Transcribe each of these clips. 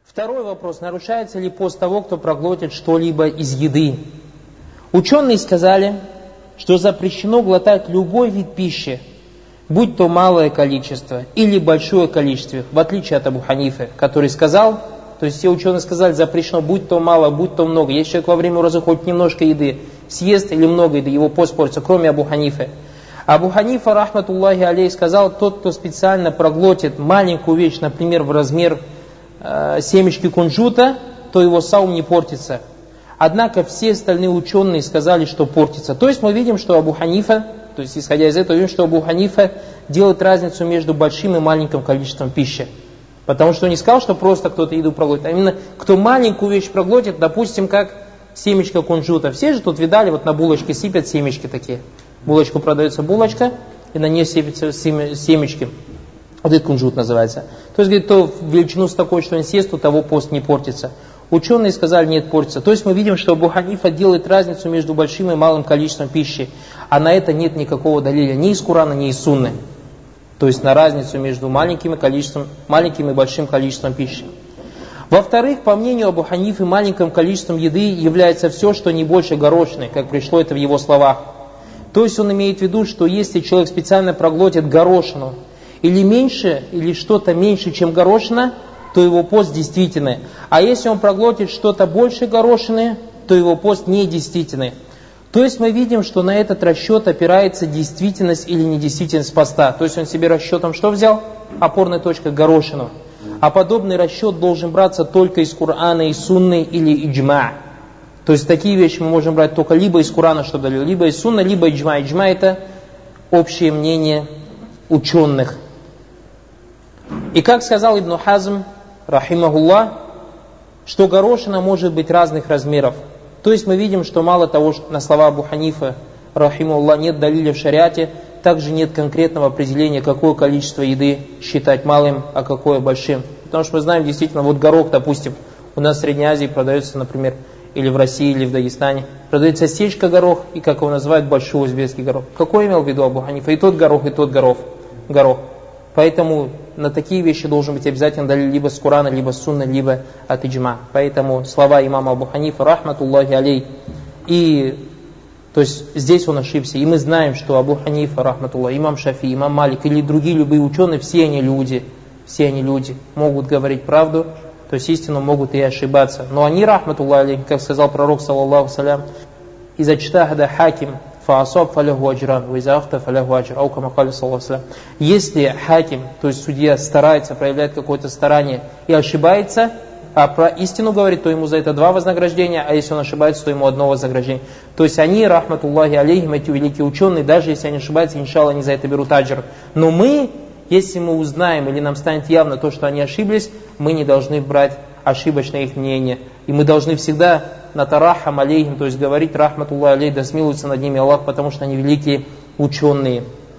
Второй вопрос. Нарушается ли пост того, кто проглотит что-либо из еды? Ученые сказали, что запрещено глотать любой вид пищи, будь то малое количество или большое количество, в отличие от Абу Ханифы, который сказал, то есть все ученые сказали, запрещено будь то мало, будь то много. Если человек во время уразы хоть немножко еды съест или много еды, его пост портится, кроме Абу Ханифы. Абу Ханифа, рахматуллахи алейх, сказал, тот, кто специально проглотит маленькую вещь, например, в размер семечки кунжута, то его саум не портится. Однако все остальные ученые сказали, что портится. То есть мы видим, что Абу Ханифа, то есть исходя из этого, видим, что Абу Ханифа делает разницу между большим и маленьким количеством пищи. Потому что он не сказал, что просто кто-то еду проглотит, а именно кто маленькую вещь проглотит, допустим, как семечко кунжута. Все же тут видали, вот на булочке сыпят семечки такие. Булочку продается булочка, и на нее сыпятся семечки. Вот это кунжут называется. То есть, говорит, то величину с такой, что он съест, у того пост не портится. Ученые сказали, нет, портится. То есть мы видим, что Абу Ханифа делает разницу между большим и малым количеством пищи. А на это нет никакого далиля ни из Курана, ни из Сунны. То есть на разницу между маленьким и большим количеством пищи. Во-вторых, по мнению Абу Ханифы, маленьким количеством еды является все, что не больше горошины, как пришло это в его словах. То есть он имеет в виду, что если человек специально проглотит горошину, или меньше, или что-то меньше, чем горошина, то его пост действительный. А если он проглотит что-то больше горошины, то его пост недействительный. То есть мы видим, что на этот расчет опирается действительность или недействительность поста. То есть он себе расчетом что взял? Опорной точкой горошину. А подобный расчет должен браться только из Корана и Сунны или иджма. То есть такие вещи мы можем брать только либо из Корана, что дали, либо из Сунны, либо иджма. Иджма это общее мнение ученых. И как сказал Ибн Хазм, рахимахуллах, что горошина может быть разных размеров. То есть мы видим, что мало того, что на слова Абу Ханифа, рахимахуллах, нет далиля в шариате, также нет конкретного определения, какое количество еды считать малым, а какое большим. Потому что мы знаем, действительно, вот горох, допустим, у нас в Средней Азии продается, например, или в России, или в Дагестане, продается сечка горох, и как его называют, большой узбекский горох. Какой имел в виду Абу Ханифа? И тот горох. Горох. Поэтому на такие вещи должен быть обязательно далиль либо с Корана, либо с Сунны, либо от иджма. Поэтому слова имама Абу Ханифа, рахматуллахи алей, и то есть здесь он ошибся. И мы знаем, что Абу Ханифа, рахматуллах, имам Шафи, имам Малик или другие любые ученые, все они люди, могут говорить правду, то есть истину могут и ошибаться. Но они, рахматуллах алей, как сказал пророк, саллаллаху салям, «Иза чтахада хаким, фаасаб фаляху аджран, виза ахта фаляху аджр». Если хаким, то есть судья, старается, проявляет какое-то старание и ошибается, а про истину говорит, то ему за это 2 вознаграждения, а если он ошибается, то ему 1 вознаграждение. То есть они, рахматуллахи алейхим, эти великие ученые, даже если они ошибаются, иншалла, они за это берут аджр. Но мы, если мы узнаем или нам станет явно то, что они ошиблись, мы не должны брать ошибочное их мнение. И мы должны всегда натарахам алейхим, то есть говорить, рахматуллахи алейхим, да смилуется над ними Аллах, потому что они великие ученые.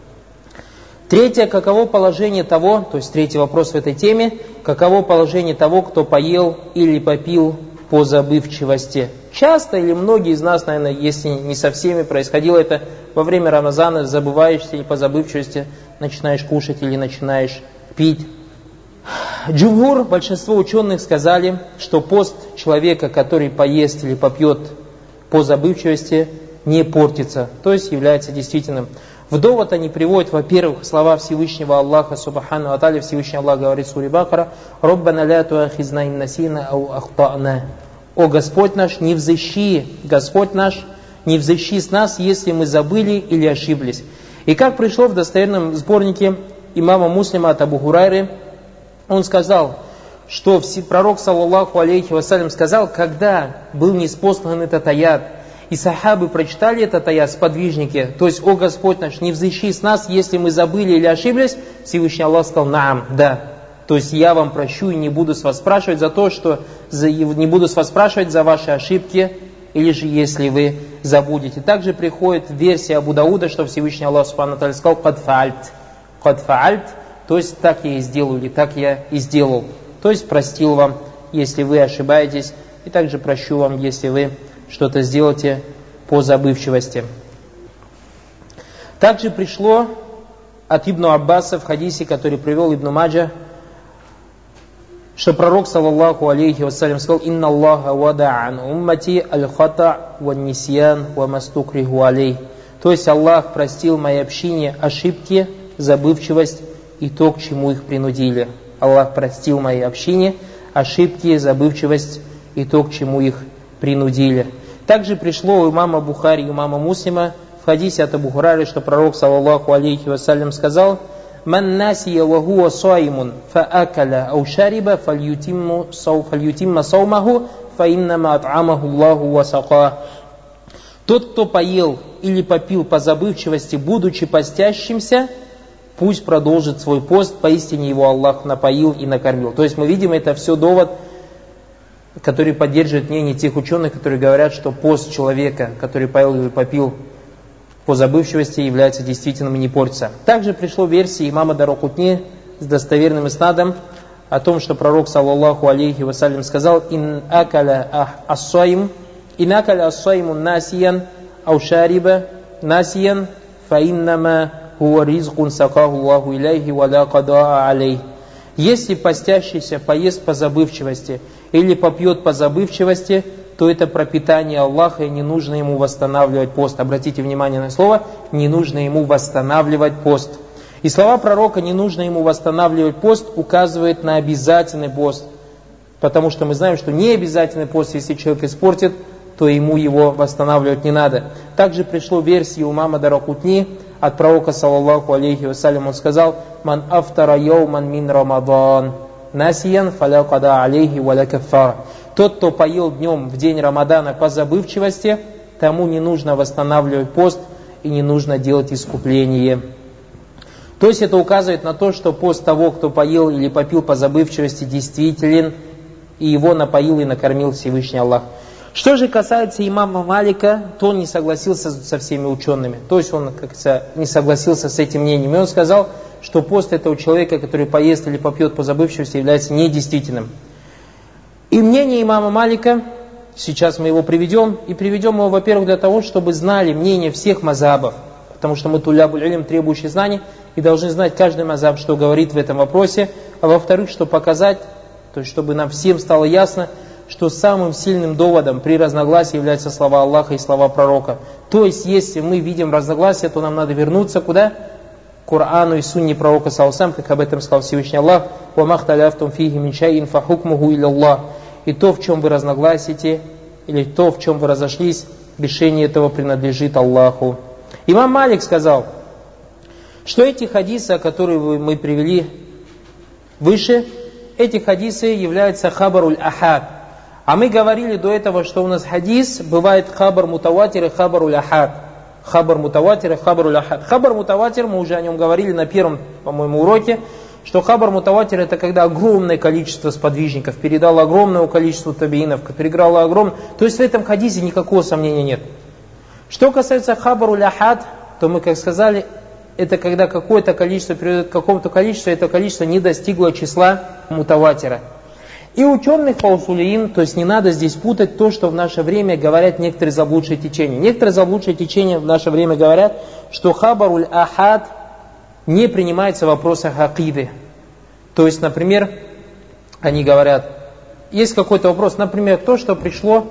Третье, каково положение того, то есть третий вопрос в этой теме, каково положение того, кто поел или попил по забывчивости. Часто или многие из нас, наверное, если не со всеми, происходило это во время Рамазана, забываешься или по забывчивости начинаешь кушать или начинаешь пить. Джумхур, большинство ученых сказали, что пост человека, который поест или попьет по забывчивости, не портится, то есть является действительным. В довод они приводят, во-первых, слова Всевышнего Аллаха, субхану ва тааля. Всевышний Аллах говорит в суре Бакара: «Роббана ля туахизна ин насина ау ахтана». О Господь наш, не взыщи с нас, если мы забыли или ошиблись. И как пришло в достоверном сборнике имама Муслима от Абу Хурайры, он сказал, что пророк, саллаллаху алейхи вассалям, сказал, когда был ниспослан этот аят, и сахабы прочитали этот аят, сподвижники, то есть, о Господь наш, не взыщи с нас, если мы забыли или ошиблись, Всевышний Аллах сказал, наам, да. То есть я вам прощу и не буду с вас спрашивать за то, что не буду с вас спрашивать за ваши ошибки, или же если вы забудете. Также приходит версия Абу Дауда, что Всевышний Аллах субхану ва тааля сказал, «Кад фаальт», то есть так я и сделал, или так я и сделал. То есть простил вам, если вы ошибаетесь, и также прощу вам, если вы что-то сделаете по забывчивости. Также пришло от Ибн Аббаса в хадисе, который привел Ибн Маджа, что пророк, саллаллаху алейхи вассалям, сказал: «Инна Аллаха вадa'ан уммати аль-хата ва-нисьян ва-мастукриху алей». То есть Аллах простил моей общине ошибки, забывчивость и то, к чему их принудили. Аллах простил моей общине ошибки, забывчивость и то, к чему их принудили. Также пришло у имама Бухари и имама Муслима в хадисе от Абу Хурайры, что пророк, саллаллаху алейхи вассалям, сказал: «Ман насия ва хуа саимун фаакаля ау шариба фальютимма саумаху фаиннама ат'амаху Аллаху ва сака». Тот, кто поел или попил по забывчивости, будучи постящимся, пусть продолжит свой пост, поистине его Аллах напоил и накормил. То есть мы видим, это все довод, который поддерживает мнение тех ученых, которые говорят, что пост человека, который поел или попил по забывчивости, является действительным и не портится. Также пришло версия имама Даракутни с достоверным иснадом о том, что пророк, саллаллаху алейхи вассалям, сказал: «Ин акаля ас-сайм насиян ау шариба насиян фаиннама хуа ризкун сакаху Аллаху иляйхи ва ла кадаа алейх». Если постящийся поест по забывчивости или попьет по забывчивости, то это пропитание Аллаха, и не нужно ему восстанавливать пост. Обратите внимание на слово: не нужно ему восстанавливать пост. И слова пророка «не нужно ему восстанавливать пост» указывает на обязательный пост. Потому что мы знаем, что не обязательный пост, если человек испортит, то ему его восстанавливать не надо. Также пришло версия у имама Даракутни от пророка, саллаллаху алейхи вассалям, он сказал: «Ман афтара йоуман мин рамадан насиян фаля када алейхи ва ля каффара». Тот, кто поел днем в день Рамадана по забывчивости, тому не нужно восстанавливать пост и не нужно делать искупление. То есть это указывает на то, что пост того, кто поел или попил по забывчивости, действителен, и его напоил и накормил Всевышний Аллах. Что же касается имама Малика, то он не согласился со всеми учеными. То есть он как-то не согласился с этим мнением. И он сказал, что пост этого человека, который поест или попьет по забывчивости, является недействительным. И мнение имама Малика, сейчас мы его приведем, и приведем его, во-первых, для того, чтобы знали мнение всех мазхабов, потому что мы тулябуль илм, требующие знаний, и должны знать каждый мазхаб, что говорит в этом вопросе, а во-вторых, чтобы показать, то есть чтобы нам всем стало ясно, что самым сильным доводом при разногласии являются слова Аллаха и слова пророка. То есть, если мы видим разногласия, то нам надо вернуться куда? К Корану и сунне пророка, саллаллаху, как об этом сказал Всевышний Аллах: «Ва махталяфтум фихи мин шайин фа хукмуху илля Аллах». И то, в чем вы разногласите, или то, в чем вы разошлись, решение этого принадлежит Аллаху. Имам Малик сказал, что эти хадисы, которые мы привели выше, эти хадисы являются хабаруль ахад. А мы говорили до этого, что у нас хадис бывает хабар мутаватир и хабаруль ахад. Хабар мутаватир и хабаруль ахад. Хабар мутаватир, мы уже о нем говорили на первом, по-моему, уроке, что хабар мутаватир — это когда огромное количество сподвижников передало огромному количеству табиинов, переграло огромное. То есть в этом хадисе никакого сомнения нет. Что касается хабаруль ахад, то мы, как сказали, это когда какое-то количество передает к какому-то количеству, это количество не достигло числа мутаватира. И ученых по усулиин, то есть не надо здесь путать то, что в наше время говорят некоторые заблудшие течения. Некоторые заблудшие течения в наше время говорят, что хабаруль ахад не принимается в вопросах акиды. То есть, например, они говорят, есть какой-то вопрос, например, то, что пришло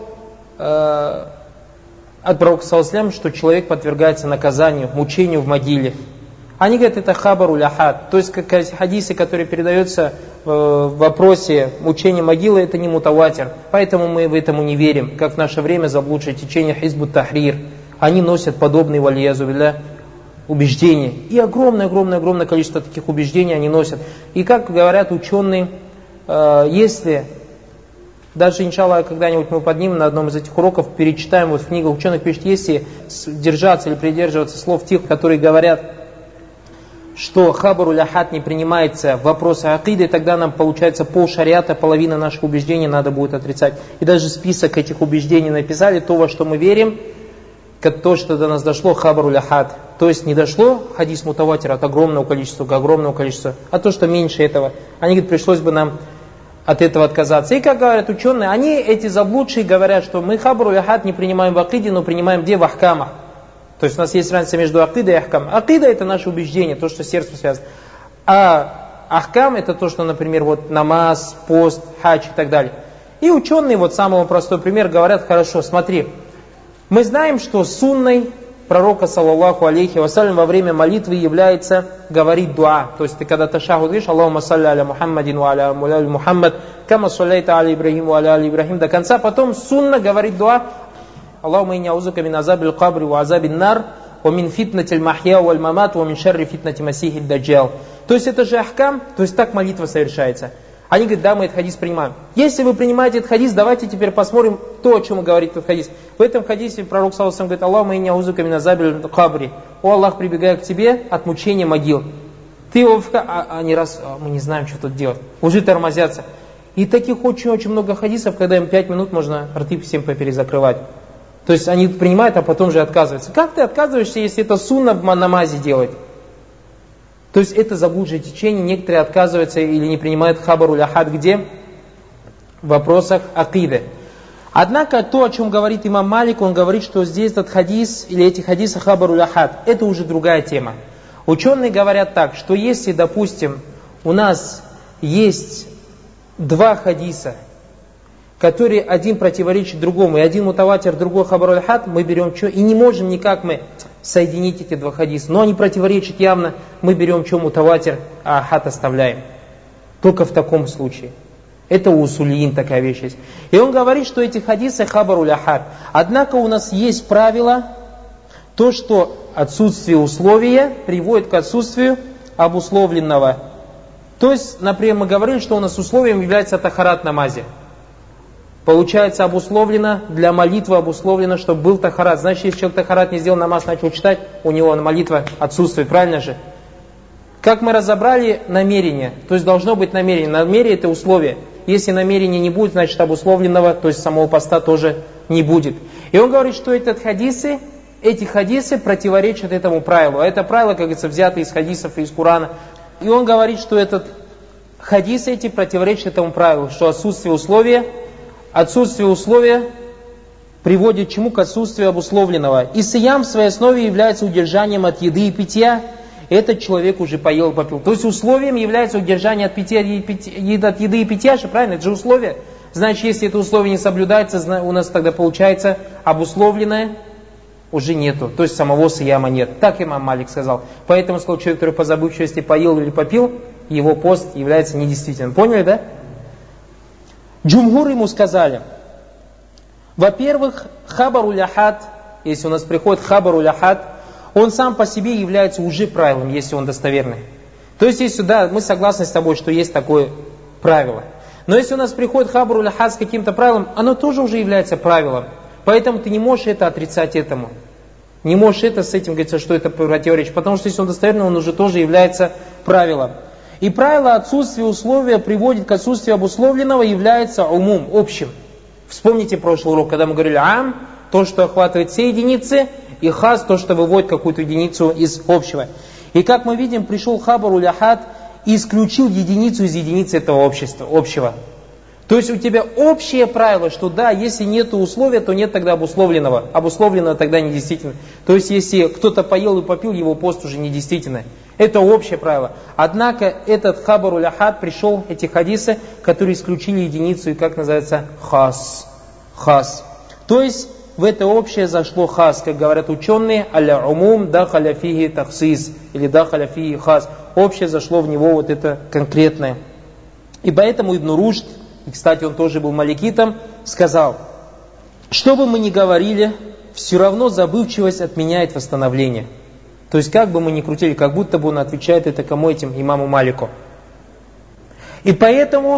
от пророка, саллаллаху, что человек подвергается наказанию, мучению в могиле. Они говорят, это хабаруль ахад. То есть, как хадисы, которые передаются в вопросе мучения могилы, это не мутаватир. Поэтому мы в этому не верим. Как в наше время заблудшее течение хизбут тахрир. Они носят подобные, валиязу билля, убеждения. И огромное количество таких убеждений они носят. И как говорят ученые, если, даже иншаллах, когда-нибудь мы поднимем на одном из этих уроков, перечитаем, вот в книгах ученых пишет, если держаться или придерживаться слов тех, которые говорят, что хабаруль ахад не принимается в вопросы акиды, тогда нам получается пол шариата, половина наших убеждений надо будет отрицать. И даже список этих убеждений написали, то, во что мы верим, как то, что до нас дошло, хабаруль ахад. То есть не дошло хадис мутаватир от огромного количества к огромному количеству, а то, что меньше этого. Они говорят, пришлось бы нам от этого отказаться. И как говорят ученые, они, эти заблудшие, говорят, что мы хабаруль ахад не принимаем в акиде, но принимаем где? В ахкамах. То есть у нас есть разница между акидой и ахкам. Акида — это наше убеждение, то, что сердцем связано. А ахкам это то, что, например, вот намаз, пост, хадж и так далее. И ученые, вот самый простой пример, говорят, хорошо, смотри, мы знаем, что сунной пророка, саллаллаху алейхи вассалям, во время молитвы является говорить дуа. То есть ты когда ташахуд говоришь, Аллахума салли аля Мухаммадин ва аля Мухаммад, кама саллайта аля Ибрахим ва аля Ибрахим, до конца. Потом сунна говорить дуа, Аллахума инни аузука мин азабил кабри ва азабин нар, ва мин фитнатил махья валь мамат, ва мин шарри фитнати масихи даджал. То есть это же ахкам, то есть так молитва совершается. Они говорят, да, мы этот хадис принимаем. Если вы принимаете этот хадис, давайте теперь посмотрим то, о чем говорит этот хадис. В этом хадисе пророк саллаллаху алейхи ва саллям говорит, Аллахума инни аузука мин азабил кабри. О Аллах, прибегаю к тебе от мучения могил. Ты его мы не знаем, что тут делать. Уже тормозятся. И таких очень-очень много хадисов, когда им 5 минут можно рты всем поперезакрывать. То есть они принимают, а потом же отказываются. Как ты отказываешься, если это сунна в намазе делать? То есть это заблудшее течение, некоторые отказываются или не принимают хабаруль ахад, где? В вопросах акиды. Однако то, о чем говорит имам Малик, он говорит, что здесь этот хадис, или эти хадисы хабаруль ахад, это уже другая тема. Ученые говорят так, что если, допустим, у нас есть 2 хадиса, которые один противоречит другому, и один мутаватир, другой хабаруль ахад, мы берем что? И не можем никак мы соединить эти 2 хадиса. Но они противоречат явно, мы берем что мутаватир, а ахад оставляем. Только в таком случае. Это у усулиин такая вещь есть. И он говорит, что эти хадисы хабаруль ахад. Однако у нас есть правило, то, что отсутствие условия приводит к отсутствию обусловленного. То есть, например, мы говорили, что у нас условием является тахарат намазе. Получается обусловлено, для молитвы обусловлено, чтобы был тахарат. Значит, если человек тахарат не сделал, намаз начал читать, у него молитва отсутствует, правильно же? Как мы разобрали, намерение. То есть должно быть намерение. Намерение это условие. Если намерения не будет, значит обусловленного, то есть самого поста тоже не будет. И он говорит, что эти хадисы противоречат этому правилу. А это правило, как говорится, взято из хадисов и из Корана. И он говорит, что хадисы эти противоречат этому правилу, что отсутствие условия приводит к чему? К отсутствию обусловленного. И сиям в своей основе является удержанием от еды и питья. Этот человек уже поел и попил. То есть условием является удержание от еды и питья, же, правильно? Это же условие. Значит, если это условие не соблюдается, у нас тогда получается обусловленное уже нету. То есть самого сияма нет. Так имам Малик сказал. Поэтому сказал, человек, который по забывчивости поел или попил, его пост является недействительным. Поняли, да? Джумгур ему сказали, во-первых, хабаруль ахад, если у нас приходит хабаруль ахад, он сам по себе является уже правилом, если он достоверный. То есть, если да, мы согласны с тобой, что есть такое правило. Но если у нас приходит хабаруль ахад с каким-то правилом, оно тоже уже является правилом. Поэтому ты не можешь это отрицать этому. Не можешь это с этим говорить, что это противоречит. Потому что если он достоверный, он уже тоже является правилом. И правило отсутствия условия приводит к отсутствию обусловленного, является умум, общим. Вспомните прошлый урок, когда мы говорили ам, то, что охватывает все единицы, и хас, то, что выводит какую-то единицу из общего. И как мы видим, пришел хабаруль ахад и исключил единицу из единицы этого общего. То есть у тебя общее правило, что да, если нет условия, то нет тогда обусловленного. Обусловленного тогда недействительно. То есть если кто-то поел и попил, его пост уже недействительный. Это общее правило. Однако этот хабаруль ахад пришел, эти хадисы, которые исключили единицу и как называется хас. Хас. То есть в это общее зашло хас, как говорят ученые, аля умум дахаля фиги таксис или дахаля фиги хас. Общее зашло в него вот это конкретное. И поэтому Ибн Рушд, и, кстати, он тоже был маликитом, сказал, что бы мы ни говорили, все равно забывчивость отменяет восстановление. То есть, как бы мы ни крутили, как будто бы он отвечает это кому этим? Имаму Малику. И поэтому,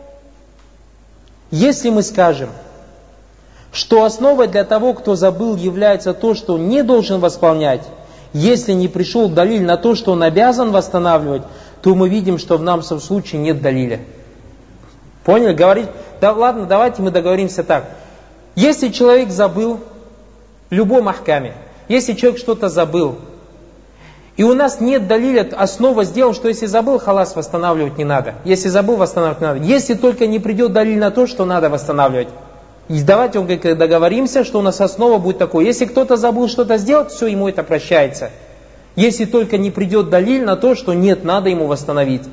если мы скажем, что основой для того, кто забыл, является то, что он не должен восполнять, если не пришел далиль на то, что он обязан восстанавливать, то мы видим, что в нашем случае нет далиля. Поняли? Говорить, да ладно, давайте мы договоримся так. Если человек забыл в любом ахкаме, если человек что-то забыл, и у нас нет далиля, основа сделал, что если забыл, халас, восстанавливать не надо. Если забыл, восстанавливать не надо. Если только не придет далиль на то, что надо восстанавливать. И давайте, он говорит, договоримся, что у нас основа будет такой. Если кто-то забыл что-то сделать, все, ему это прощается. Если только не придет далиль на то, что нет, надо ему восстановить.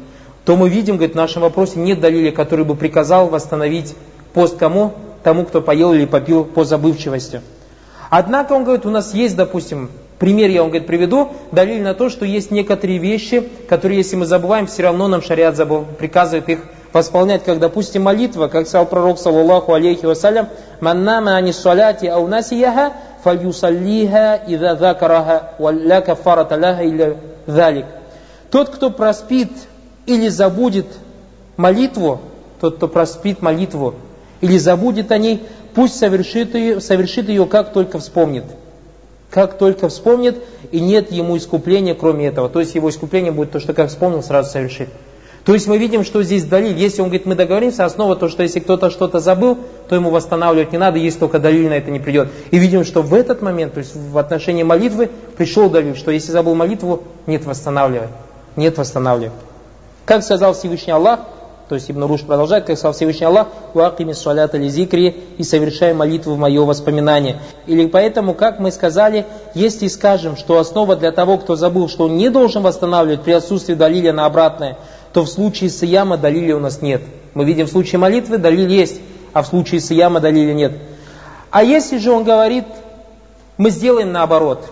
то мы видим, говорит, в нашем вопросе нет далиля, который бы приказал восстановить пост кому? Тому, кто поел или попил по забывчивости. Однако, он говорит, у нас есть, допустим, пример я, он говорит, приведу, далиль на то, что есть некоторые вещи, которые, если мы забываем, все равно нам шариат приказывает их восполнять, как, допустим, молитва, как сказал пророк, саллаллаху алейхи вассалям, «Ман нама ани ссаляти ау насияха, фальюсаллиха идha закараха, валля кафарата ляха или залик». Тот, кто проспит или забудет молитву, тот, кто проспит молитву или забудет о ней, пусть совершит ее, как только вспомнит. Как только вспомнит, и нет ему искупления, кроме этого. То есть его искупление будет то, что как вспомнил, сразу совершит. То есть мы видим, что здесь далиль. Если он говорит, мы договоримся, основа то, что если кто-то что-то забыл, то ему восстанавливать не надо, если только далиль на это не придет. И видим, что в этот момент, то есть в отношении молитвы, пришел далиль, что если забыл молитву, нет восстанавливать. Нет восстанавливать. Как сказал Всевышний Аллах, то есть Ибн Руш продолжает, как сказал Всевышний Аллах, «Вакими ссалята ли зикри» и совершай молитву в мое воспоминание. Или поэтому, как мы сказали, если скажем, что основа для того, кто забыл, что он не должен восстанавливать при отсутствии далиля на обратное, то в случае сияма далиля у нас нет. Мы видим, в случае молитвы далиль есть, а в случае сияма далиля нет. А если же он говорит, мы сделаем наоборот,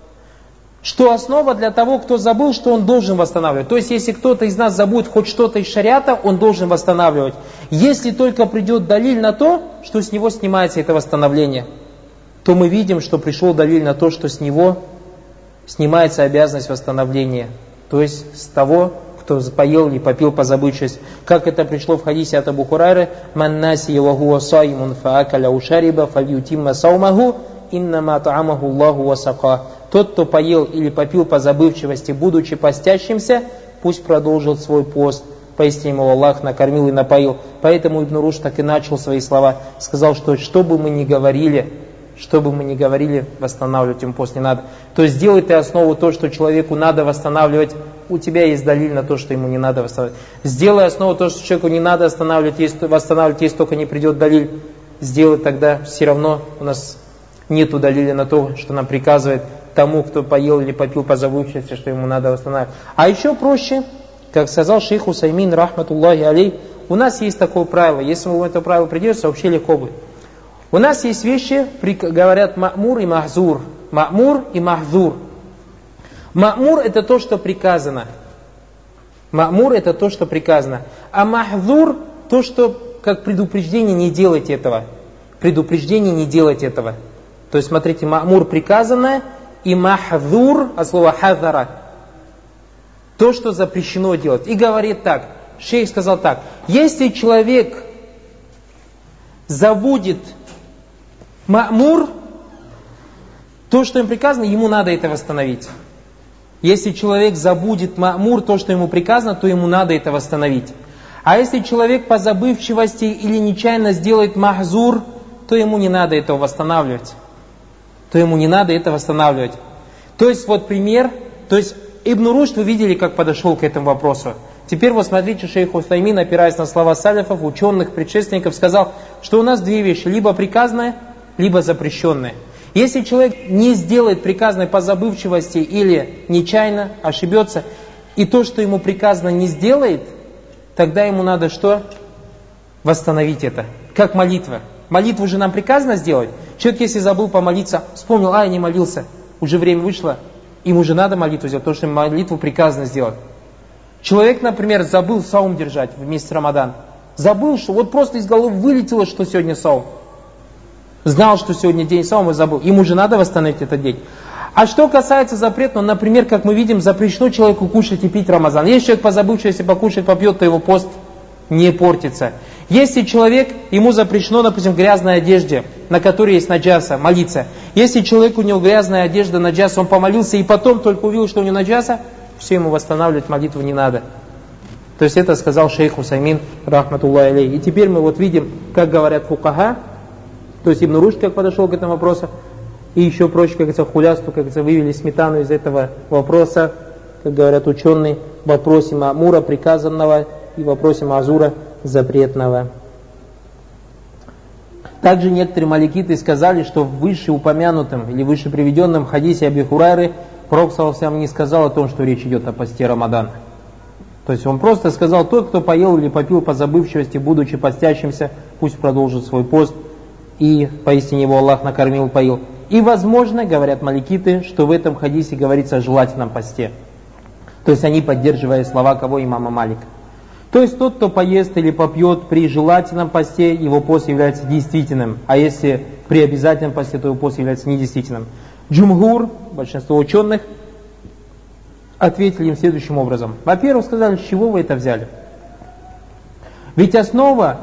что основа для того, кто забыл, что он должен восстанавливать. То есть, если кто-то из нас забудет хоть что-то из шариата, он должен восстанавливать. Если только придет далиль на то, что с него снимается это восстановление, то мы видим, что пришел далиль на то, что с него снимается обязанность восстановления. То есть, с того, кто поел или попил по забывчивости. Как это пришло в хадисе от Абу Хурайры, «Ман наси ва хуа саимун фаакаля ушариба фальютимма саумаху, иннама та'амаху Аллаху ва сака». Тот, кто поел или попил по забывчивости, будучи постящимся, пусть продолжит свой пост. Поистине его Аллах накормил и напоил. Поэтому Ибн Руш так и начал свои слова. Сказал, что бы мы ни говорили, восстанавливать ему пост не надо. То есть сделай ты основу то, что человеку надо восстанавливать. У тебя есть далиль на то, что ему не надо восстанавливать. Сделай основу то, что человеку не надо восстанавливать, если только не придет далиль. Сделай тогда, все равно у нас нету далиля на то, что нам приказывает тому, кто поел или попил по забывчивости, что ему надо восстанавливать. А еще проще, как сказал шейх Усаймин, рахматуллахи алей, у нас есть такое правило. Если мы в это правило придерживаемся, вообще легко будет. У нас есть вещи, говорят ма'мур и махзур. Ма'мур и махзур. Ма'мур это то, что приказано. Ма'мур это то, что приказано. А махзур то, что как предупреждение, не делайте этого. Предупреждение, не делайте этого. То есть смотрите, ма'мур приказанное, и махзур, от слова хазара, то, что запрещено делать. И говорит так, шейх сказал так, если человек забудет ма'мур, то, что им приказано, ему надо это восстановить. Если человек забудет ма'мур, то, что ему приказано, то ему надо это восстановить. А если человек по забывчивости или нечаянно сделает махзур, то ему не надо этого восстанавливать. То есть вот пример, то есть Ибн Рушд, вы видели, как подошел к этому вопросу. Теперь вот смотрите, шейх Усаймин, опираясь на слова салифов, ученых, предшественников, сказал, что у нас две вещи, либо приказанное, либо запрещенное. Если человек не сделает приказанное по забывчивости или нечаянно ошибется, и то, что ему приказано, не сделает, тогда ему надо что? Восстановить это. Как молитва. Молитву же нам приказано сделать. Человек, если забыл помолиться, вспомнил, я не молился, уже время вышло, ему же надо молитву сделать, потому что молитву приказано сделать. Человек, например, забыл саум держать в месяц Рамадан. Забыл, что вот просто из головы вылетело, что сегодня саум. Знал, что сегодня день саума, и забыл. Ему же надо восстановить этот день. А что касается запретного, например, как мы видим, запрещено человеку кушать и пить Рамазан. Если человек по забывчивости покушает, попьет, то его пост не портится. Если человек, ему запрещено, допустим, в грязной одежде, на которой есть наджаса, молиться. Если человек, у него грязная одежда, наджаса, он помолился и потом только увидел, что у него наджаса, все, ему восстанавливать молитву не надо. То есть это сказал шейх Усаймин, рахматуллахи алейх. И теперь мы вот видим, как говорят фукаха, то есть Ибн Рушд как подошел к этому вопросу, и еще проще, как говорится, хулясту, как говорится, вывели сметану из этого вопроса, как говорят ученые, в вопросе ма'мура, приказанного, и в вопросе мазура, запретного. Также некоторые маликиты сказали, что в вышеупомянутом или выше приведенном хадисе Аби Хурайры пророк саллаллаху алейхи ва саллям не сказал о том, что речь идет о посте Рамадана. То есть он просто сказал: тот, кто поел или попил по забывчивости, будучи постящимся, пусть продолжит свой пост, и поистине его Аллах накормил, поил. И возможно, говорят маликиты, что в этом хадисе говорится о желательном посте. То есть они поддерживая слова кого? Имама Малика. То есть тот, кто поест или попьет при желательном посте, его пост является действительным. А если при обязательном посте, то его пост является недействительным. Джумгур, большинство ученых, ответили им следующим образом. Во-первых, сказали: с чего вы это взяли? Ведь основа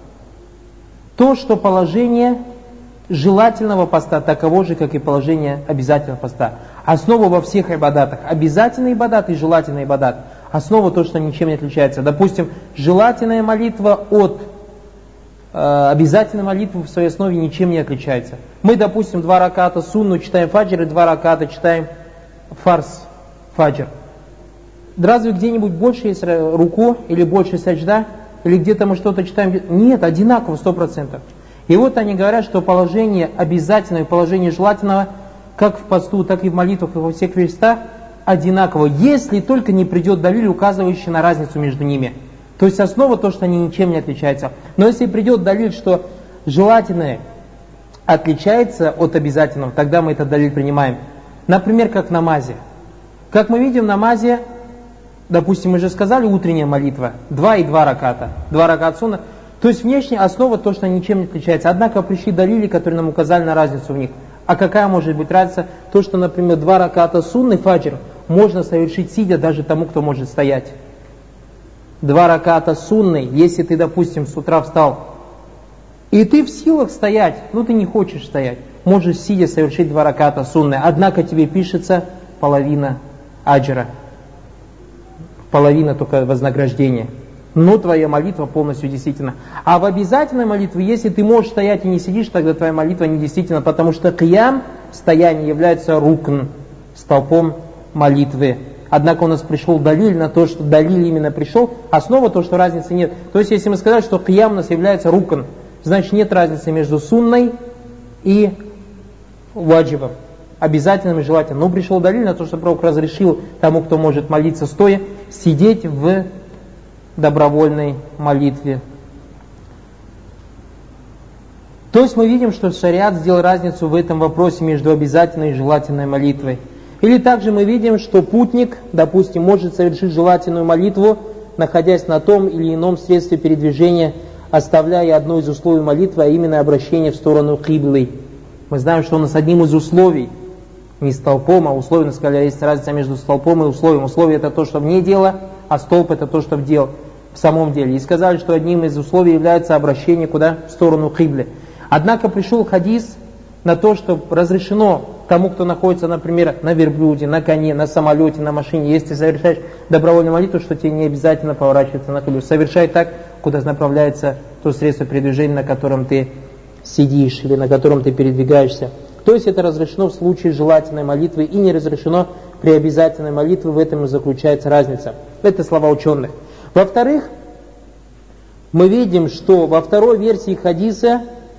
то, что положение желательного поста таково же, как и положение обязательного поста. Основа во всех ибадатах. Обязательный ибадат и желательный ибадат. Основа то, что ничем не отличается. Допустим, желательная молитва от обязательной молитвы в своей основе ничем не отличается. Мы, допустим, 2 раката сунну читаем фаджр и 2 раката читаем фарс фаджр. Разве где-нибудь больше есть руку или больше саджда? Или где-то мы что-то читаем? Нет, одинаково 100%. И вот они говорят, что положение обязательного и положение желательного, как в посту, так и в молитвах, и во всех верстах, одинаково, если только не придет далиль, указывающий на разницу между ними. То есть основа то, что они ничем не отличаются. Но если придет далиль, что желательное отличается от обязательного, тогда мы этот далиль принимаем. Например, как в намазе. Как мы видим в намазе, допустим, мы же сказали утренняя молитва, 2 и 2 раката, 2 раката сунна. То есть внешняя основа то, что ничем не отличается. Однако пришли далили, которые нам указали на разницу в них. А какая может быть разница? То, что, например, 2 раката сунны фаджр можно совершить сидя даже тому, кто может стоять. 2 раката сунны, если ты, допустим, с утра встал, и ты в силах стоять, но ты не хочешь стоять, можешь сидя совершить 2 раката сунны, однако тебе пишется половина аджра, половина только вознаграждения. Но твоя молитва полностью действительна. А в обязательной молитве, если ты можешь стоять и не сидишь, тогда твоя молитва не действительна, потому что киям, стояние, является рукн, столпом молитвы. Однако у нас пришел далиль на то, что далиль именно пришел, основа то, что разницы нет. То есть, если мы сказали, что киям у нас является рукн, значит нет разницы между сунной и ваджибом, обязательным и желательным. Но пришел далиль на то, что пророк разрешил тому, кто может молиться стоя, сидеть в добровольной молитве. То есть мы видим, что шариат сделал разницу в этом вопросе между обязательной и желательной молитвой. Или также мы видим, что путник, допустим, может совершить желательную молитву, находясь на том или ином средстве передвижения, оставляя одно из условий молитвы, а именно обращение в сторону киблы. Мы знаем, что у нас одним из условий, не столпом, а условием, мы сказали, есть разница между столпом и условием. Условие это то, что вне дела, а столб это то, что в самом деле. И сказали, что одним из условий является обращение куда? В сторону кибли. Однако пришел хадис на то, что разрешено тому, кто находится, например, на верблюде, на коне, на самолете, на машине, если ты совершаешь добровольную молитву, что тебе не обязательно поворачиваться на киблу. Совершай так, куда направляется то средство передвижения, на котором ты сидишь или на котором ты передвигаешься. То есть это разрешено в случае желательной молитвы и не разрешено при обязательной молитве, в этом и заключается разница. Это слова ученых. Во-вторых, мы видим, что во второй версии хадиса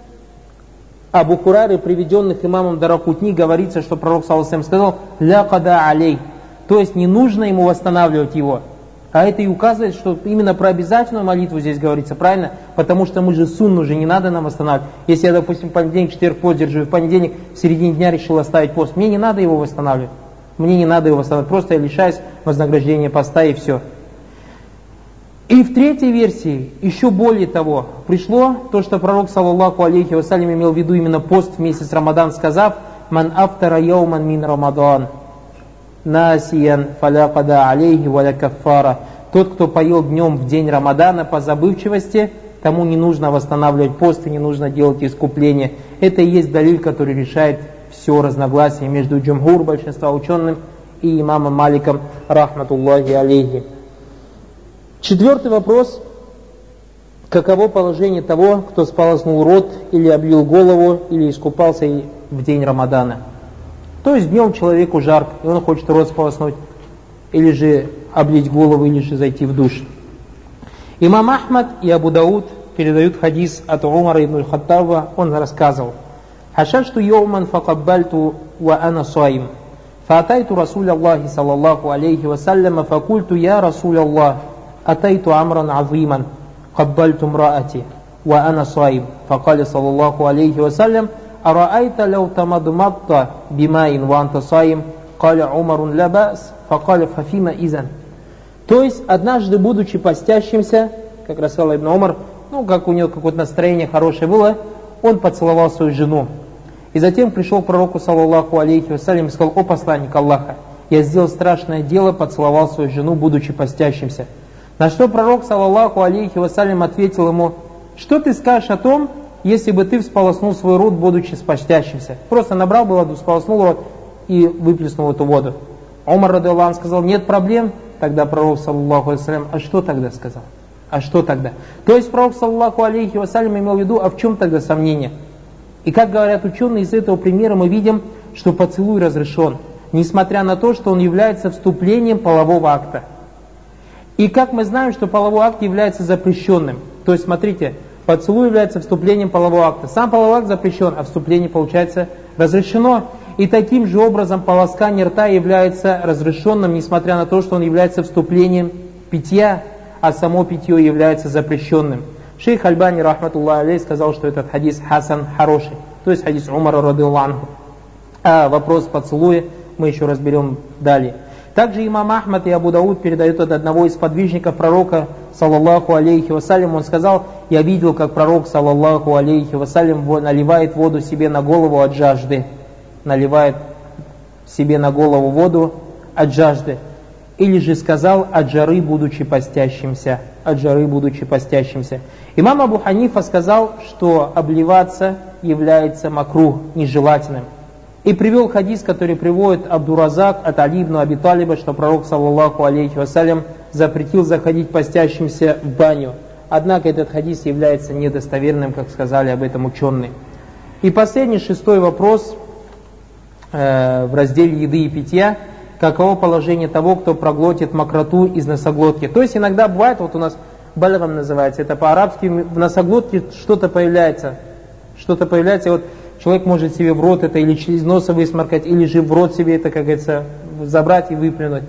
Абу Хурайры, приведенных имамом Даракутни, говорится, что пророк саллаллаху алейхи ва саллям сказал: «Ля када алей», то есть не нужно ему восстанавливать его. А это и указывает, что именно про обязательную молитву здесь говорится, правильно? Потому что мы же сунну уже не надо нам восстанавливать. Если я, допустим, в понедельник, четверг пост держу, и в понедельник в середине дня решил оставить пост, мне не надо его восстанавливать. Мне не надо его восстанавливать, просто я лишаюсь вознаграждения поста и все. И в третьей версии, еще более того, пришло то, что пророк, саллаллаху алейхи вассалям, имел в виду именно пост в месяц Рамадан, сказав: «Ман афтара яуман мин Рамадан, насиян фаля када алейхи валя каффара». Тот, кто поел днем в день Рамадана по забывчивости, тому не нужно восстанавливать пост и не нужно делать искупление. Это и есть далиль, который решает все разногласие между джумхур, большинства ученых, и имамом Маликом, рахматуллахи алейхи. Четвертый вопрос. Каково положение того, кто сполоснул рот, или облил голову, или искупался в день Рамадана? То есть днем человеку жарко, и он хочет рот сполоснуть, или же облить голову, или же зайти в душ. Имам Ахмад и Абу Дауд передают хадис от Умара ибн аль-Хаттаба, он рассказывал: «Хашашту йоуман факаббальту ва ана саим, фаатайту Расуля Аллахи саллаллаху алейхи вассаляма, факульту я Расуля Аллах, أتيت عمرا عظيما قبلت امرأتي وأنا صائم فقال صلى الله عليه وسلم أرأيت لو تمضمضت بماء وأنت صائم قال عمر لا بأس فقال ففيما إذن. То есть, однажды, будучи постящимся, как рассказал Ибн Умар, как у него какое-то настроение хорошее было, он поцеловал свою жену. И затем пришел к пророку, саллаллаху алейхи вассалям, и сказал: «О посланник Аллаха, я сделал страшное дело, поцеловал свою жену, будучи постящимся». На что пророк, саллаллаху алейхи вассалям, ответил ему: «Что ты скажешь о том, если бы ты всполоснул свой рот, будучи постящимся?» Просто набрал бы воду, всполоснул рот и выплеснул эту воду. Умар радиаллаху анху сказал: «Нет проблем». Тогда пророк, саллаллаху алейхи вассалям, а что тогда сказал? А что тогда? То есть пророк, саллаллаху алейхи вассалям, имел в виду, а в чем тогда сомнение? И как говорят ученые, из этого примера мы видим, что поцелуй разрешен, несмотря на то, что он является вступлением полового акта. И как мы знаем, что половой акт является запрещенным. То есть, смотрите, поцелуй является вступлением полового акта. Сам половой акт запрещен, а вступление, получается, разрешено. И таким же образом полоскание рта является разрешенным, несмотря на то, что он является вступлением питья, а само питье является запрещенным. Шейх Альбани, рахматуллахи алейхи, сказал, что этот хадис хасан, хороший. То есть хадис Умара радиаллаху анху. А вопрос поцелуя мы еще разберем далее. Также имам Ахмад и Абу Дауд передают от одного из подвижников пророка, саллаллаху алейхи вассалям, он сказал: «Я видел, как пророк, саллаллаху алейхи вассалям, наливает воду себе на голову от жажды». Наливает себе на голову воду от жажды. Или же сказал: от жары, будучи постящимся. От жары, будучи постящимся. Имам Абу Ханифа сказал, что обливаться является макрух, нежелательным. И привел хадис, который приводит Абдуразак от Али ибн Аби Талиба, что пророк, саллаллаху алейхи вассалям, запретил заходить постящимся в баню. Однако этот хадис является недостоверным, как сказали об этом ученые. И последний, 6-й вопрос в разделе еды и питья. Каково положение того, кто проглотит мокроту из носоглотки? То есть иногда бывает, вот у нас бальгам называется, это по-арабски, в носоглотке что-то появляется. Что-то появляется, и вот человек может себе в рот это или через нос высморкать, или же в рот себе это, как говорится, забрать и выплюнуть.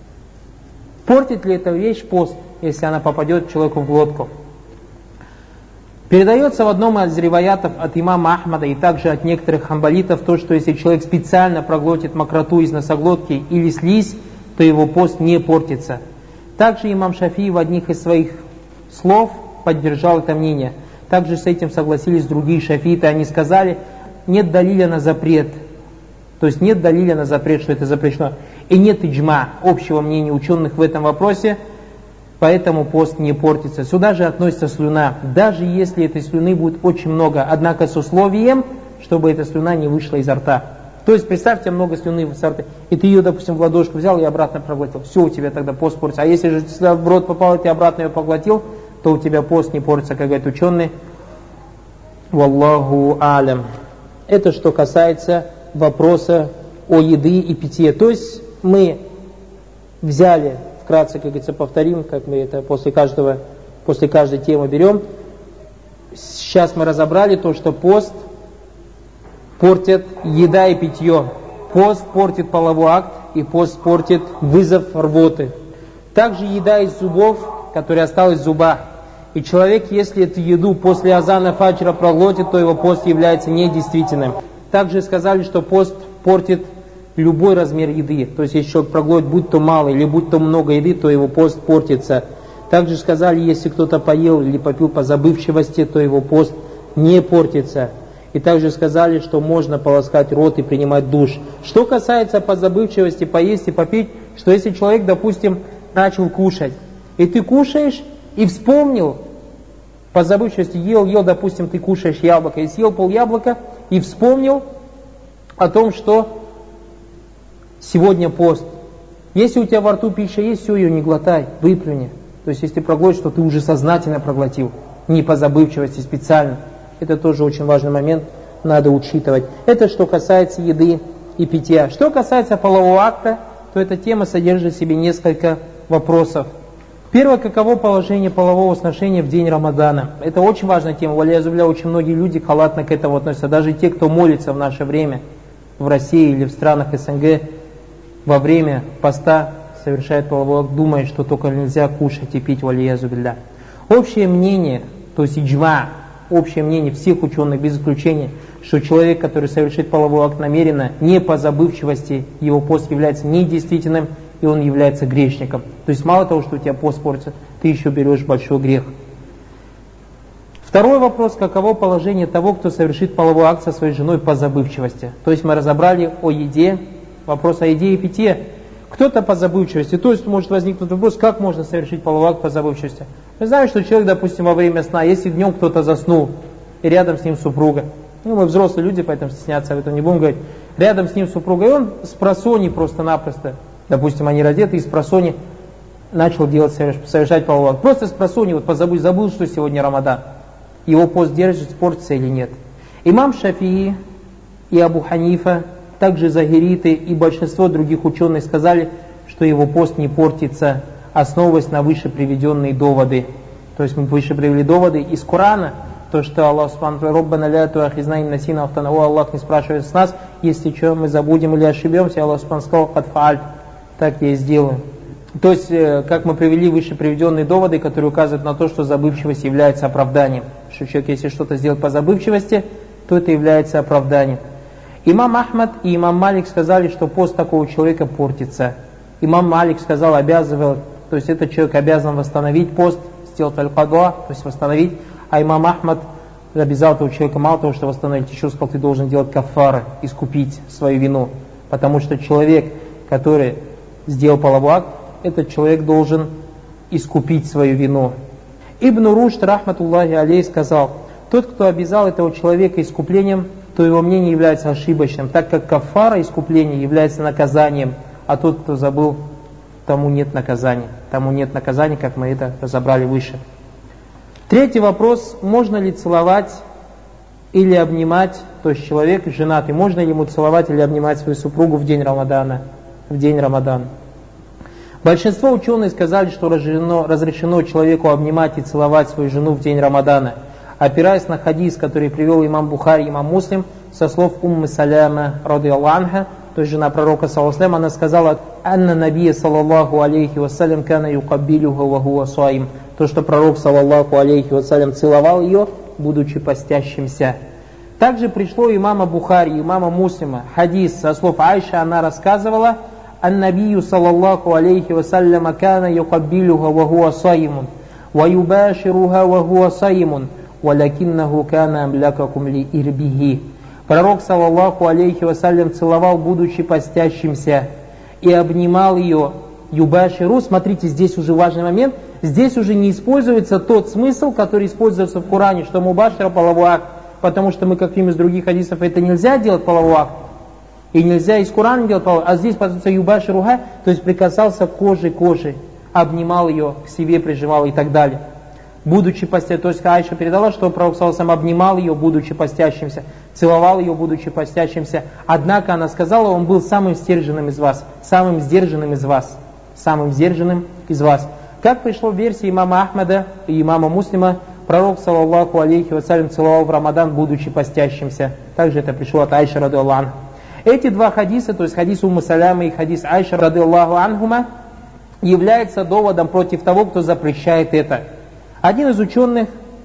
Портит ли эта вещь пост, если она попадет человеку в глотку? Передается в одном из риваятов от имама Ахмада и также от некоторых хамбалитов то, что если человек специально проглотит мокроту из носоглотки или слизь, то его пост не портится. Также имам Шафии в одних из своих слов поддержал это мнение. Также с этим согласились другие шафииты. Они сказали: нет далиля на запрет. То есть нет далиля на запрет, что это запрещено. И нет иджма, общего мнения ученых в этом вопросе. Поэтому пост не портится. Сюда же относится слюна. Даже если этой слюны будет очень много, однако с условием, чтобы эта слюна не вышла изо рта. То есть представьте, много слюны в рте, и ты ее, допустим, в ладошку взял и обратно проглотил. Все, у тебя тогда пост портится. А если же в рот попал, и ты обратно ее поглотил, то у тебя пост не портится, как говорят ученые. Валлаху алям. Это что касается вопроса о еды и питье. То есть мы взяли, вкратце, как говорится, повторим, как мы это после каждой темы берем. Сейчас мы разобрали то, что пост портит еда и питье. Пост портит половой акт, и пост портит вызов рвоты. Также еда из зубов, которая осталась в зубах. И человек, если эту еду после азана фаджра проглотит, то его пост является недействительным. Также сказали, что пост портит любой размер еды. То есть, если человек проглотит, будь то мало или будь то много еды, то его пост портится. Также сказали, если кто-то поел или попил по забывчивости, то его пост не портится. И также сказали, что можно полоскать рот и принимать душ. Что касается по забывчивости, поесть и попить, что если человек, допустим, начал кушать, и ты кушаешь, и вспомнил, по забывчивости ел, допустим, ты кушаешь яблоко, и съел пол яблока, и вспомнил о том, что сегодня пост. Если у тебя во рту пища есть, все, ее не глотай, выплюни. То есть, если ты проглотишь, то ты уже сознательно проглотил, не по забывчивости, специально. Это тоже очень важный момент, надо учитывать. Это что касается еды и питья. Что касается полового акта, то эта тема содержит в себе несколько вопросов. Первое, каково положение полового сношения в день Рамадана. Это очень важная тема. Валиязубля, очень многие люди халатно к этому относятся. Даже те, кто молится в наше время, в России или в странах СНГ, во время поста совершает половой акт, думая, что только нельзя кушать и пить, валиязу билля. Общее мнение, то есть иджма, общее мнение всех ученых без исключения, что человек, который совершит половой акт намеренно, не по забывчивости, его пост является недействительным, и он является грешником. То есть мало того, что у тебя пост портится, ты еще берешь большой грех. Второй вопрос, каково положение того, кто совершит половой акт со своей женой по забывчивости. То есть мы разобрали о еде, вопрос о еде и питье. Кто-то по забывчивости, то есть может возникнуть вопрос, как можно совершить половой акт по забывчивости. Мы знаем, что человек, допустим, во время сна, если днем кто-то заснул, и рядом с ним супруга, мы взрослые люди, поэтому стесняться об этом не будем говорить, рядом с ним супруга, и он с просони просто-напросто, допустим, они раздеты, и с просони начал совершать половой акт. Просто с просони, забыл, что сегодня Рамадан. Его пост держит, портится или нет. Имам Шафии и Абу Ханифа, также загириты и большинство других ученых сказали, что его пост не портится, основываясь на выше приведенные доводы. То есть мы выше привели доводы из Корана, то, что Аллах Субхану Роббана ля туахизна ин насина ахтанау, Аллах не спрашивает с нас, если что, мы забудем или ошибемся, Аллах Субхану сказал, кад фаальт, так я и сделаю. То есть, как мы привели выше приведенные доводы, которые указывают на то, что забывчивость является оправданием. Что человек, если что-то сделает по забывчивости, то это является оправданием. Имам Ахмад и имам Малик сказали, что пост такого человека портится. Имам Малик сказал, обязывал, то есть этот человек обязан восстановить пост, сделать аль-кадуа, то есть восстановить, а имам Ахмад обязал этого человека мало того, что восстановить, еще сказал, ты должен делать каффара, искупить свою вину. Потому что человек, который сделал половой акт, этот человек должен искупить свою вину. Ибн Рушд, рахматуллахи алейх, сказал, тот, кто обязал этого человека искуплением, то его мнение является ошибочным, так как каффара искупления является наказанием, а тот, кто забыл, тому нет наказания. Тому нет наказания, как мы это разобрали выше. Третий вопрос, можно ли целовать или обнимать, то есть человек женатый, можно ли ему целовать или обнимать свою супругу в день Рамадана? Большинство ученых сказали, что разрешено человеку обнимать и целовать свою жену в день Рамадана, опираясь на хадис, который привел имам Бухари и имам Муслим, со слов Уммы Саляма, радийаллаху анха, то есть жена пророка, саллаллаху алейхи ва саллям, она сказала, «Анна набия, саллаллаху алейхи ва саллям, кана юкаббилюха ва хуа суаим», то, что пророк, саллаллаху алейхи ва саллям, целовал ее, будучи постящимся. Также пришло имама Бухари, имама Муслима, хадис со слов Айши, она рассказывала, «Ан-набию, саллаллаху алейхи ва саллям, кана юкаббилюха ва хуа суаимун, ва юбашируха ва хуа суаимун, валякиннаху кана амлякакум ли ирбихи». Пророк, саллаллаху алейхи вассалям, целовал, будучи постящимся, и обнимал ее юбаширу. Смотрите, здесь уже важный момент. Здесь уже не используется тот смысл, который используется в Коране, что мубашира половой акт, потому что мы, как видим из других хадисов, это нельзя делать половой акт. И нельзя из Корана делать половой акт. А здесь, позиция юбашируха, то есть прикасался к коже, обнимал ее, к себе прижимал и так далее. Будучи постящимся, то есть Айша передала, что пророк саллаллаху обнимал ее, будучи постящимся, целовал ее, будучи постящимся. Однако она сказала, он был самым сдержанным из вас, самым сдержанным из вас, самым сдержанным из вас. Как пришло в версии имама Ахмада и имама Муслима, пророк, саллаллаху алейхи вассалям, целовал в Рамадан, будучи постящимся. Также это пришло от Айши, радийаллаху анха. Эти два хадиса, то есть хадис Уммы Салямы и хадис Айши, радийаллаху анхума, являются доводом против того, кто запрещает это. Один из ученых,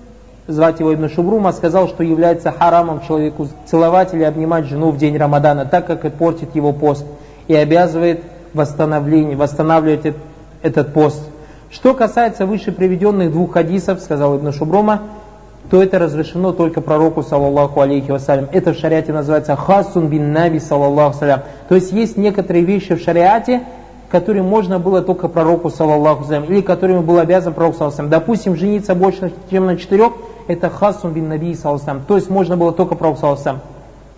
звать его Ибн Шубрума, сказал, что является харамом человеку целовать или обнимать жену в день Рамадана, так как это портит его пост и обязывает восстанавливать этот пост. Что касается выше приведенных двух хадисов, сказал Ибн Шубрума, то это разрешено только пророку, саллаллаху алейхи вассалям. Это в шариате называется хасун бин наби, саллаллаху алейхи. То есть есть некоторые вещи в шариате, которые можно было только пророку, саллаллаху алейхи, или которыми был обязан пророк, саллаллаху алейхи. Допустим, жениться больше, чем на 4, это хасун бин наби, саллаллаху алейхи. То есть можно было только пророку, саллаллаху алейхи.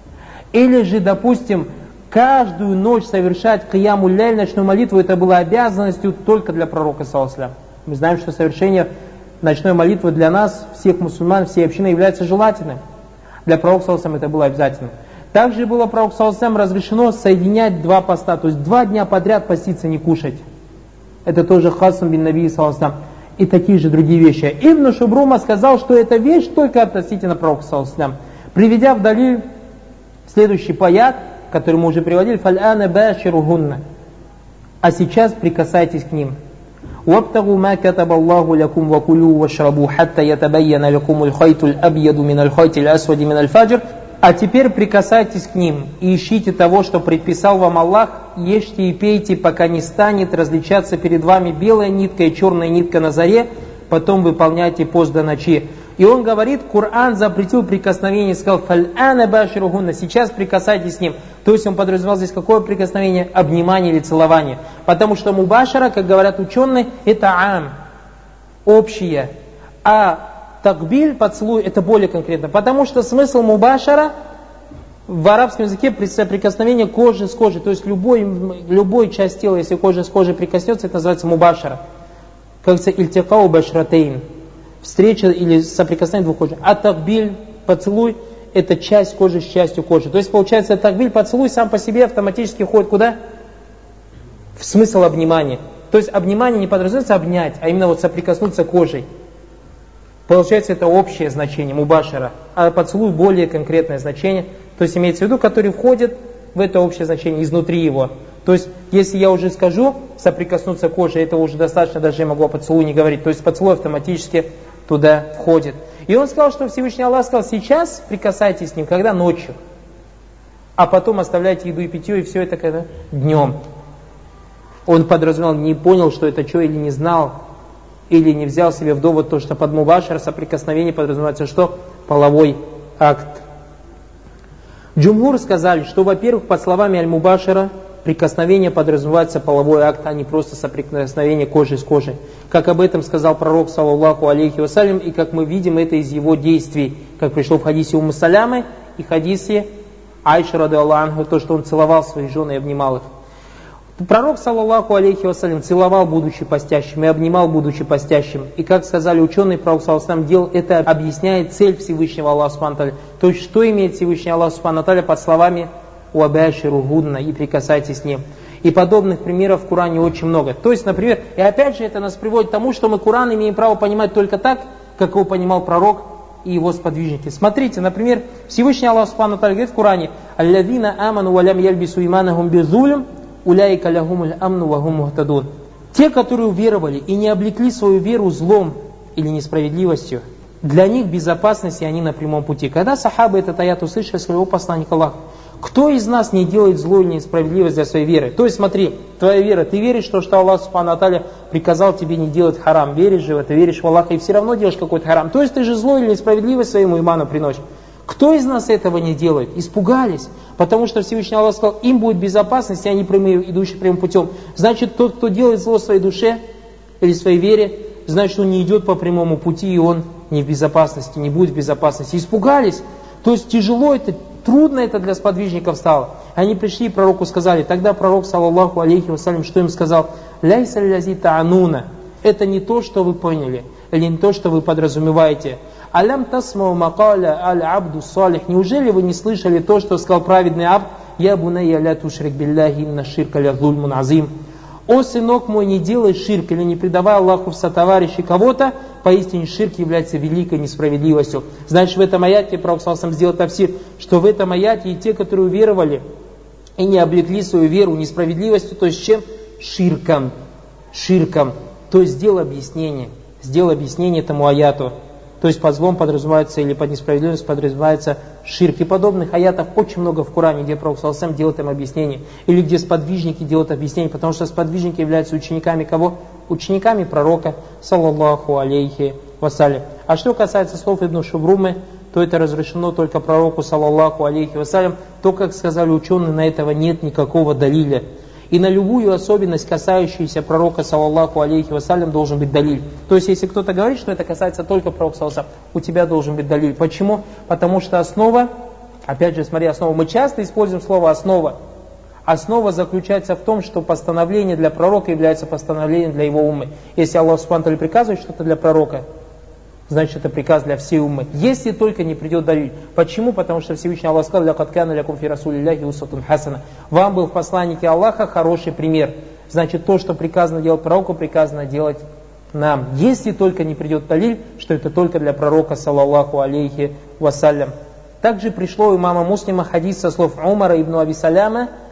Или же, допустим, каждую ночь совершать кияму ляль, ночную молитву, это было обязанностью только для пророка, саллаллаху алейхи. Мы знаем, что совершение ночной молитвы для нас, всех мусульман, всей общины, является желательным. Для пророка, саллаллаху алейхи, это было обязательным. Также было пророку, саллаллаху алейхи, разрешено соединять два поста, то есть 2 дня подряд поститься, не кушать. Это тоже хасун бин наби, саллаллаху алейхи, и такие же другие вещи. Ибн Шубрума сказал, что эта вещь только относительно пророка, саллаллаху алейхи, приведя в далиль следующий паят, который мы уже приводили, фал'ана баширугунна. а сейчас прикасайтесь к ним. وَابْتَغُوا مَا كَتَبَ اللَّهُ لَكُمْ وَكُلُوا وَاشْرَبُوا حَتَّى يَتَبَيَّنَ لَكُمُ الْخَيْطُ الْأَبْيَضُ مِنَ الْخَيْطِ الْأَسْوَدِ مِنَ الْفَجْرِ. А теперь прикасайтесь к ним и ищите того, что предписал вам Аллах, ешьте и пейте, пока не станет различаться перед вами белая нитка и черная нитка на заре, потом выполняйте пост до ночи. И он говорит, Коран запретил прикосновение, сказал, «Фал'ана баширухунна», сейчас прикасайтесь с ним. То есть он подразумевал здесь какое прикосновение? Обнимание или целование. Потому что мубашара, как говорят ученые, это ам, общее. А такбиль, поцелуй, это более конкретно. Потому что смысл мубашара в арабском языке прикосновение кожи с кожей. То есть любой часть тела, если кожа с кожей прикоснется, это называется мубашара. Как говорится, ильтикау башратейн. Встреча или соприкосновение двух кожи. А такбиль, поцелуй, это часть кожи с частью кожи. То есть получается, такбиль, поцелуй сам по себе автоматически ходит куда? В смысл обнимания. То есть обнимание не подразумевается обнять, а именно вот соприкоснуться кожей. Получается, это общее значение, мубашара. А поцелуй более конкретное значение. То есть имеется в виду, который входит в это общее значение, изнутри его. То есть, если я уже скажу соприкоснуться кожей, этого уже достаточно, даже я могу о поцелуе не говорить. То есть поцелуй автоматически туда входит. И он сказал, что Всевышний Аллах сказал, сейчас прикасайтесь с ним, когда ночью. А потом оставляйте еду и питье, и все это когда днем. Он подразумевал, не понял, что это что, или не знал, или не взял себе в довод то, что под мубашар соприкосновение подразумевается что? Половой акт. Джумгур сказали, что, во-первых, под словами аль-мубашара прикосновение подразумевается половой акт, а не просто соприкосновение кожи с кожей. Как об этом сказал пророк, саллаллаху алейхи вассалям, и как мы видим это из его действий, как пришло в хадисе Умму Салямы и хадисе Айши радиаллаху анху, то, что он целовал своих жен и обнимал их. Пророк, саллаллаху алейхи вассалям, целовал, будучи постящим, и обнимал, будучи постящим. И как сказали ученые, пророк, саллаллаху алейхи вассалям, делал это, объясняет цель Всевышнего Аллаха субхану ва тааля. То есть, что имеет Всевышний Аллах субхану ва тааля под словами «уабаширугунна» и прикасайтесь с ним. И подобных примеров в Коране очень много. То есть, например, и опять же это нас приводит к тому, что мы Коран имеем право понимать только так, как его понимал пророк и его сподвижники. Смотрите, например, Всевышний Аллах субхану ва тааля говорит в Коране: «Аллазина аману ва лям ялбису иманахум бизулм, уляйка лягумуль амну ва гум мухтадун». Те, которые уверовали и не облекли свою веру злом или несправедливостью, для них безопасность, и они на прямом пути. Когда сахабы этот аят услышали, своего посланника Аллаха: кто из нас не делает зло или несправедливость для своей веры? То есть смотри, твоя вера, ты веришь, что Аллах субхану ва тааля приказал тебе не делать харам, веришь же в это, веришь в Аллаха, и все равно делаешь какой-то харам. То есть ты же зло или несправедливость своему иману приносишь. Кто из нас этого не делает? Испугались, потому что Всевышний Аллах сказал, им будет безопасность, и они идущие прямым путем. Значит, тот, кто делает зло своей душе или своей вере, значит, он не идет по прямому пути, и он не в безопасности, не будет в безопасности. Испугались. То есть тяжело это, трудно это для сподвижников стало. Они пришли и пророку сказали. Тогда пророк, саллаллаху алейхи вассалям, что им сказал? «Ляйса лязи та'ануна». Это не то, что вы поняли, или не то, что вы подразумеваете. «Алям тасмау макаля аль-абду салих». Неужели вы не слышали то, что сказал праведный абд? «Я бунайя ля тушрик билляхи инна ширка ля зульмун азим». «О, сынок мой, не делай ширк, или не предавай Аллаху в сотоварищи кого-то, поистине ширк является великой несправедливостью». Значит, в этом аяте пророк саллаллаху сделал тафсир, что в этом аяте и те, которые уверовали и не облекли свою веру несправедливостью, то есть чем? Ширком. Ширком. То есть сделал объяснение этому аяту. То есть под злом подразумевается, или под несправедливостью подразумевается ширк. И подобных аятов очень много в Коране, где пророк саллаллаху алейхи ва саллям делает им объяснение. Или где сподвижники делают объяснение, потому что сподвижники являются учениками кого? Учениками пророка, саллаллаху алейхи вассалям. А что касается слов Ибн Шубрумы, то это разрешено только пророку, саллаллаху алейхи вассалям. То, как сказали ученые, на этого нет никакого далиля. И на любую особенность, касающуюся пророка, саллаллаху алейхи вассалям, должен быть далиль. То есть, если кто-то говорит, что это касается только пророка, саллаллаху алейхи вассалям, у тебя должен быть далиль. Почему? Потому что основа, опять же, смотри, основа. Мы часто используем слово «основа». Основа заключается в том, что постановление для пророка является постановлением для его уммы. Если Аллах субхану ва тааля приказывает что-то для пророка, значит, это приказ для всей уммы. Если только не придет далиль. Почему? Потому что Всевышний Аллах сказал: «Лякад кана лякум фи расулиллахи усватун хасана». Вам был в посланнике Аллаха хороший пример. Значит, то, что приказано делать пророку, приказано делать нам. Если только не придет далиль, что это только для пророка, саллаллаху алейхи вассалям. Также пришло у имама Муслима хадис со слов Умара ибн Аби Саляма,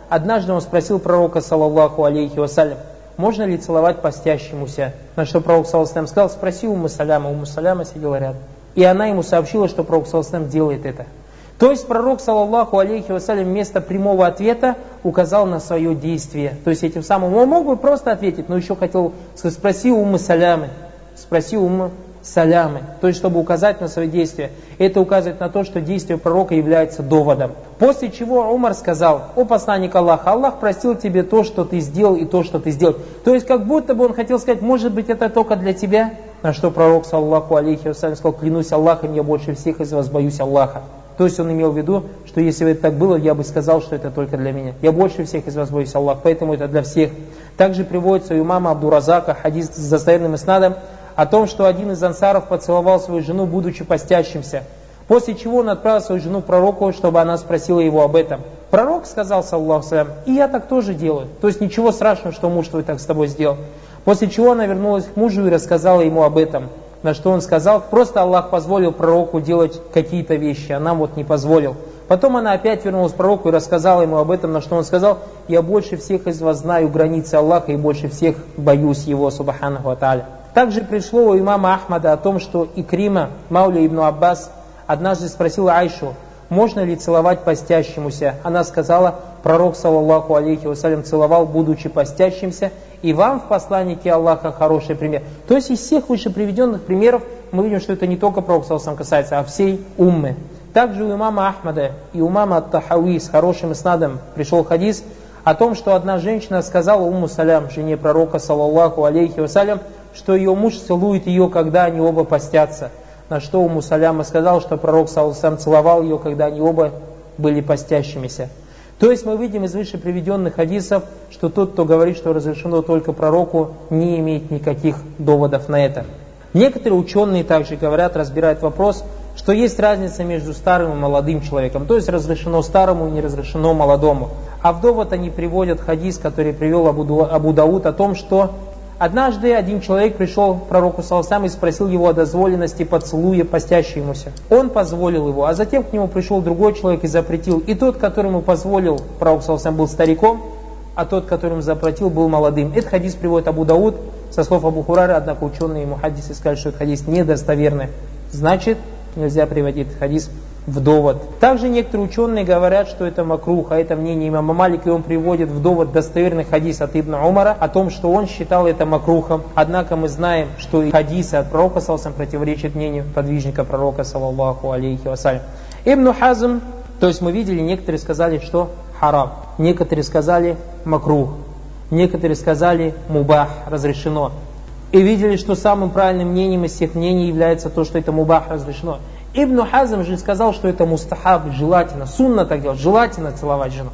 однажды он спросил пророка, саллаллаху алейхи вассалям, можно ли целовать постящемуся? На что пророк, саллаллаху алейхи вассалям, сказал, спроси Умму Саляма. Умму Саляма сидела рядом. И она ему сообщила, что пророк, саллаллаху алейхи вассалям, делает это. То есть пророк, саллаллаху алейхи вассалям, вместо прямого ответа указал на свое действие. То есть этим самым он мог бы просто ответить, но еще хотел сказать, спроси Умму Салямы. Спроси Умму Салямы. То есть чтобы указать на свое действие. Это указывает на то, что действие пророка является доводом. После чего Умар сказал, о посланник Аллаха, Аллах простил тебе то, что ты сделал и то, что ты сделал. То есть как будто бы он хотел сказать, может быть это только для тебя? На что пророк, саллаллаху алейхи вассалям, сказал, клянусь Аллахом, я больше всех из вас боюсь Аллаха. То есть он имел в виду, что если бы это так было, я бы сказал, что это только для меня. Я больше всех из вас боюсь Аллаха, поэтому это для всех. Также приводится у имама Абду-Разака хадис с достоверным иснадом о том, что один из ансаров поцеловал свою жену, будучи постящимся. После чего он отправил свою жену к пророку, чтобы она спросила его об этом. Пророк сказал, саллаллаху алейхи, и я так тоже делаю. То есть ничего страшного, что муж твой так с тобой сделал. После чего она вернулась к мужу и рассказала ему об этом. На что он сказал, просто Аллах позволил пророку делать какие-то вещи, а нам вот не позволил. Потом она опять вернулась к пророку и рассказала ему об этом, на что он сказал, я больше всех из вас знаю границы Аллаха и больше всех боюсь Его, субханаху ва тааля. Также пришло у имама Ахмада о том, что Икрима, Мауля ибн Аббас, однажды спросила Айшу, можно ли целовать постящемуся. Она сказала, пророк, саллаллаху алейхи вассалям, целовал, будучи постящимся, и вам в посланнике Аллаха хороший пример. То есть из всех выше приведенных примеров мы видим, что это не только пророк, саллаллаху алейхи вассалям, касается, а всей уммы. Также у имама Ахмада и у имама Ат-Тахауи с хорошим иснадом пришел хадис о том, что одна женщина сказала Умму Салям, жене пророка, саллаллаху алейхи вассалям, что ее муж целует ее, когда они оба постятся. На что Умму Саляма сказал, что пророк, саллаллаху алейхи вассалям, целовал ее, когда они оба были постящимися. То есть мы видим из выше приведенных хадисов, что тот, кто говорит, что разрешено только пророку, не имеет никаких доводов на это. Некоторые ученые также говорят, разбирают вопрос, что есть разница между старым и молодым человеком. То есть разрешено старому и не разрешено молодому. А в довод они приводят хадис, который привел Абу Дауд о том, что однажды один человек пришел к пророку саллаллаху алейхи ва саллям и спросил его о дозволенности поцелуя постящемуся. Он позволил его, а затем к нему пришел другой человек и запретил. И тот, которому позволил, пророк саллаллаху алейхи ва саллям, был стариком, а тот, которому запретил, был молодым. Этот хадис приводит Абу Дауд со слов Абу Хурайры, однако ученые и мухаддисы сказали, что этот хадис недостоверный. Значит, нельзя приводить этот хадис в довод. Также некоторые ученые говорят, что это макрух, а это мнение имама Малика, и он приводит в довод достоверный хадис от Ибн Умара о том, что он считал это макрухом. Однако мы знаем, что и хадисы от пророка саллаллаху алейхи ва саллям противоречат мнению подвижника пророка саллаллаху алейхи ва саллям. Ибн Хазм, то есть мы видели, некоторые сказали, что харам, некоторые сказали макрух, некоторые сказали мубах, разрешено. И видели, что самым правильным мнением из всех мнений является то, что это мубах, разрешено. Ибн Хазм же сказал, что это мустахаб, желательно, сунна так делать, желательно целовать жену.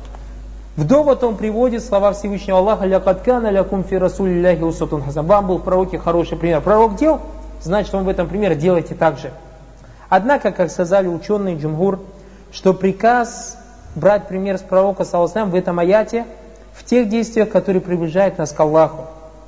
В довод он приводит слова Всевышнего Аллаха: «Лякад кана лякум фи расулиллахи усватун хасан». Вам был в пророке хороший пример. Пророк делал, значит, он в этом примере, делайте так же. Однако, как сказали ученые джумгур, что приказ брать пример с пророка саллаллаху алейхи ва саллям в этом аяте в тех действиях, которые приближают нас к Аллаху.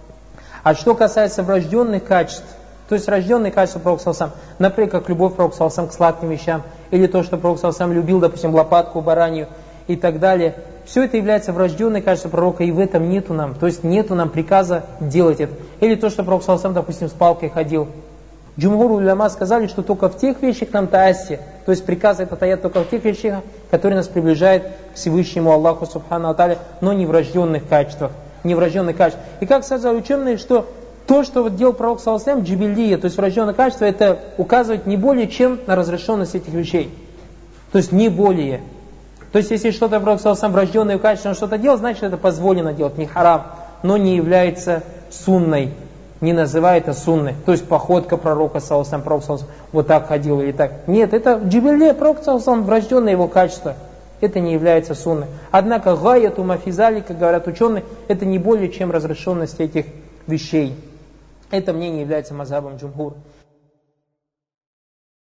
А что касается врожденных качеств, то есть рожденные качества пророка саллаллаху алейхи ва саллям, например, как любовь пророка саллаллаху алейхи ва саллям к сладким вещам, или то, что пророк саллаллаху алейхи ва саллям любил, допустим, лопатку баранью и так далее, все это является врожденной качеством пророка, и в этом нету нам, то есть нету нам приказа делать это. Или то, что пророк саллаллаху алейхи ва саллям, допустим, с палкой ходил. Джумгур уляма сказали, что только в тех вещах нам таасси, то есть приказ этот аят только в тех вещах, которые нас приближают к Всевышнему Аллаху субхану ва тааля, но не в врожденных качествах. Не врожденных качеств. И как сказали ученые, что то, что вот делал пророк саллаллаху алейхи ва саллям, джибиллия, то есть врожденное качество, это указывает не более чем на разрешенность этих вещей. То есть не более. То есть если что-то пророк саллаллаху алейхи ва саллям врожденное качество, он что-то делал, значит это позволено делать, не харам, но не является сунной. Не называет это сунной. То есть походка пророка саллаллаху алейхи ва саллям, пророк саллаллаху алейхи ва саллям вот так ходил или так. Нет, это джибиллия, пророк саллаллаху алейхи ва саллям, врожденное его качество. Это не является сунной. Однако гаяту мафизали, как говорят ученые, это не более чем разрешенность этих вещей. Это мнение является мазхабом джумхур.